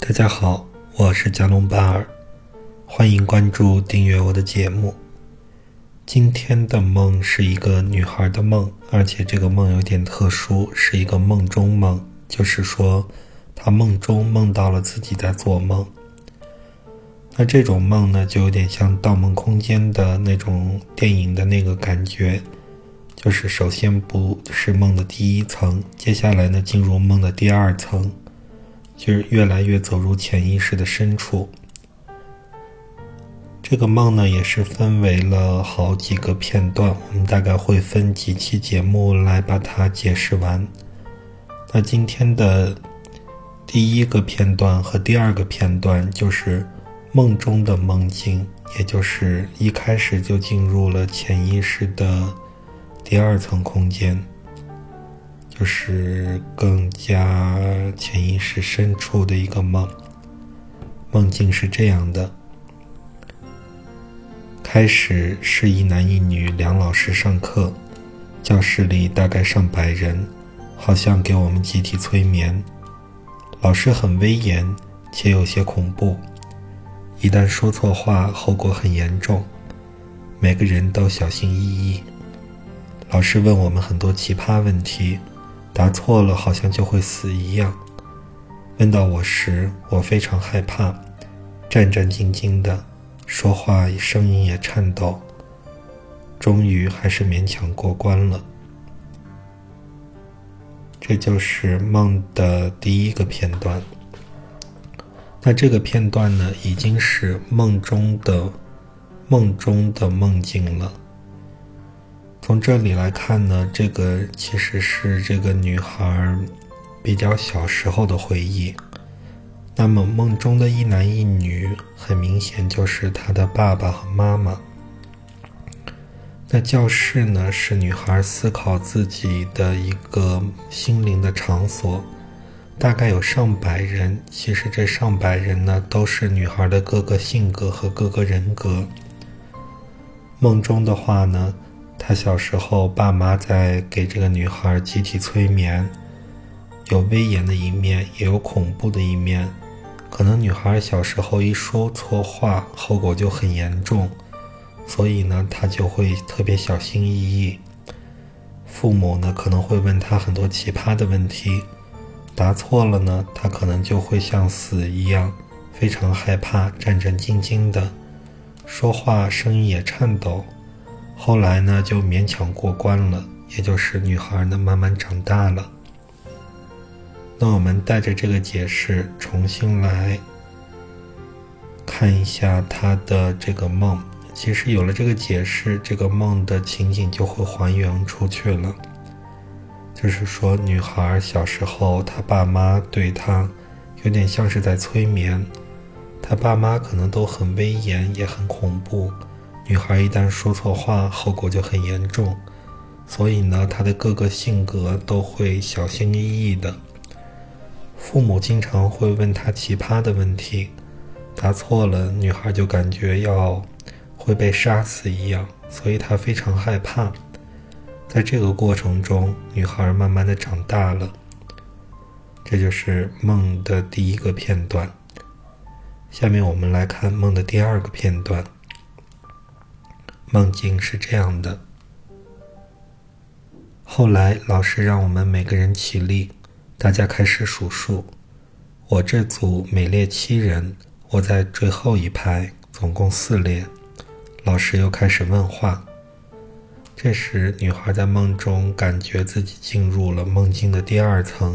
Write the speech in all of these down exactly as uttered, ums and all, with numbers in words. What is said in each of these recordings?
大家好，我是加隆巴尔，欢迎关注订阅我的节目。今天的梦是一个女孩的梦，而且这个梦有点特殊，是一个梦中梦，就是说她梦中梦到了自己在做梦。那这种梦呢，就有点像《盗梦空间》的那种电影的那个感觉，就是首先不是梦的第一层，接下来呢进入梦的第二层，就是越来越走入潜意识的深处。这个梦呢也是分为了好几个片段，我们大概会分几期节目来把它解释完。那今天的第一个片段和第二个片段就是梦中的梦境，也就是一开始就进入了潜意识的第二层空间，就是更加潜意识深处的一个梦。梦境是这样的，开始是一男一女两老师上课，教室里大概上百人，好像给我们集体催眠。老师很威严且有些恐怖，一旦说错话后果很严重，每个人都小心翼翼。老师问我们很多奇葩问题，答错了好像就会死一样。问到我时，我非常害怕，战战兢兢的，说话声音也颤抖，终于还是勉强过关了。这就是梦的第一个片段。那这个片段呢，已经是梦中的梦中的梦境了。从这里来看呢，这个其实是这个女孩比较小时候的回忆。那么梦中的一男一女，很明显就是她的爸爸和妈妈。那教室呢，是女孩思考自己的一个心灵的场所，大概有上百人。其实这上百人呢，都是女孩的各个性格和各个人格。梦中的话呢，她小时候爸妈在给这个女孩集体催眠，有威严的一面，也有恐怖的一面。可能女孩小时候一说错话，后果就很严重，所以呢，她就会特别小心翼翼。父母呢，可能会问她很多奇葩的问题，答错了呢，她可能就会像死一样，非常害怕，战战兢兢的，说话声音也颤抖。后来呢，就勉强过关了，也就是女孩呢慢慢长大了。那我们带着这个解释重新来看一下她的这个梦。其实有了这个解释，这个梦的情景就会还原出去了。就是说女孩小时候她爸妈对她有点像是在催眠，她爸妈可能都很威严也很恐怖，女孩一旦说错话后果就很严重，所以呢她的各个性格都会小心翼翼的。父母经常会问她奇葩的问题，答错了女孩就感觉要会被杀死一样，所以她非常害怕。在这个过程中，女孩慢慢的长大了。这就是梦的第一个片段。下面我们来看梦的第二个片段。梦境是这样的，后来老师让我们每个人起立，大家开始数数。我这组每列七人，我在最后一排，总共四列。老师又开始问话。这时女孩在梦中感觉自己进入了梦境的第二层。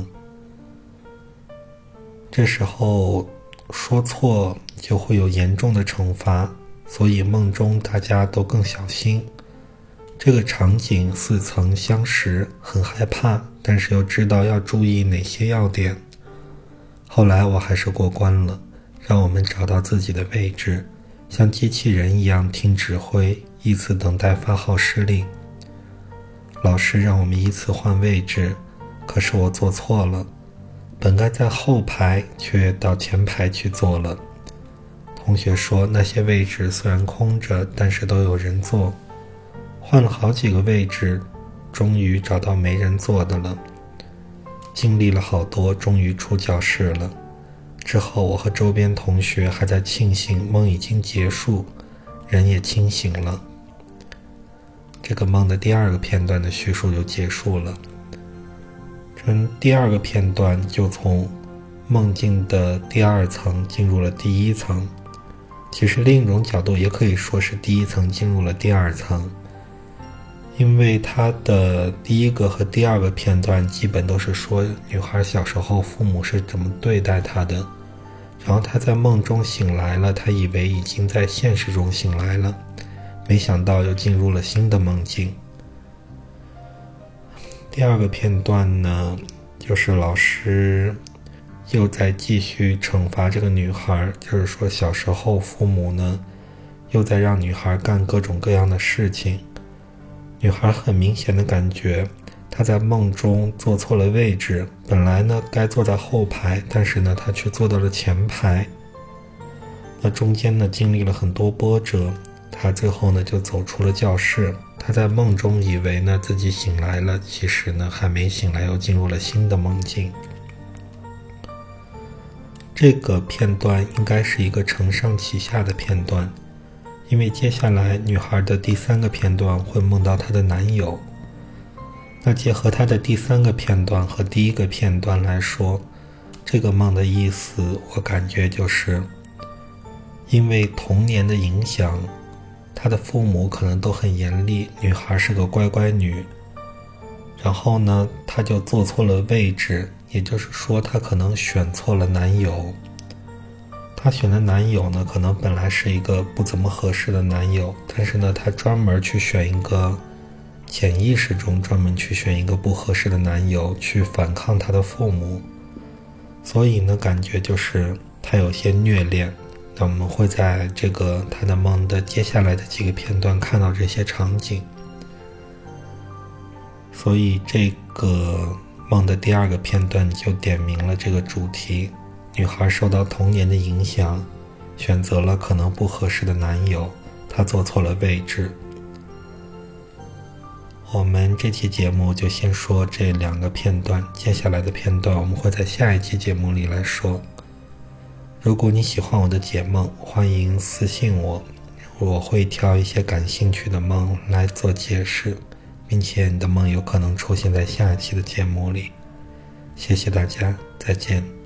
这时候说错就会有严重的惩罚，所以梦中大家都更小心。这个场景似曾相识，很害怕，但是又知道要注意哪些要点。后来我还是过关了，让我们找到自己的位置，像机器人一样听指挥，依次等待发号施令。老师让我们依次换位置，可是我做错了，本该在后排，却到前排去坐了。同学说那些位置虽然空着，但是都有人坐。换了好几个位置，终于找到没人坐的了。经历了好多，终于出教室了。 之后我和周边同学还在庆幸梦已经结束，人也清醒了。这个梦的第二个片段的叙述就结束了。这第二个片段就从梦境的第二层进入了第一层，其实另一种角度也可以说是第一层进入了第二层，因为它的第一个和第二个片段基本都是说女孩小时候父母是怎么对待她的，然后她在梦中醒来了，她以为已经在现实中醒来了，没想到又进入了新的梦境。第二个片段呢，就是老师又在继续惩罚这个女孩，就是说小时候父母呢又在让女孩干各种各样的事情。女孩很明显的感觉她在梦中坐错了位置，本来呢该坐在后排，但是呢她却坐到了前排。那中间呢经历了很多波折，她最后呢就走出了教室。她在梦中以为呢自己醒来了，其实呢还没醒来，又进入了新的梦境。这个片段应该是一个承上启下的片段，因为接下来女孩的第三个片段会梦到她的男友。那结合她的第三个片段和第一个片段来说，这个梦的意思我感觉就是因为童年的影响，她的父母可能都很严厉，女孩是个乖乖女，然后呢她就坐错了位置，也就是说她可能选错了男友。她选的男友呢可能本来是一个不怎么合适的男友，但是呢她专门去选一个，潜意识中专门去选一个不合适的男友去反抗她的父母，所以呢感觉就是她有些虐恋。那我们会在这个她的梦的接下来的几个片段看到这些场景。所以这个梦的第二个片段就点明了这个主题，女孩受到童年的影响，选择了可能不合适的男友，她坐错了位置。我们这期节目就先说这两个片段，接下来的片段我们会在下一期节目里来说。如果你喜欢我的解梦，欢迎私信我，我会挑一些感兴趣的梦来做解释，并且你的梦有可能出现在下一期的节目里。谢谢大家，再见。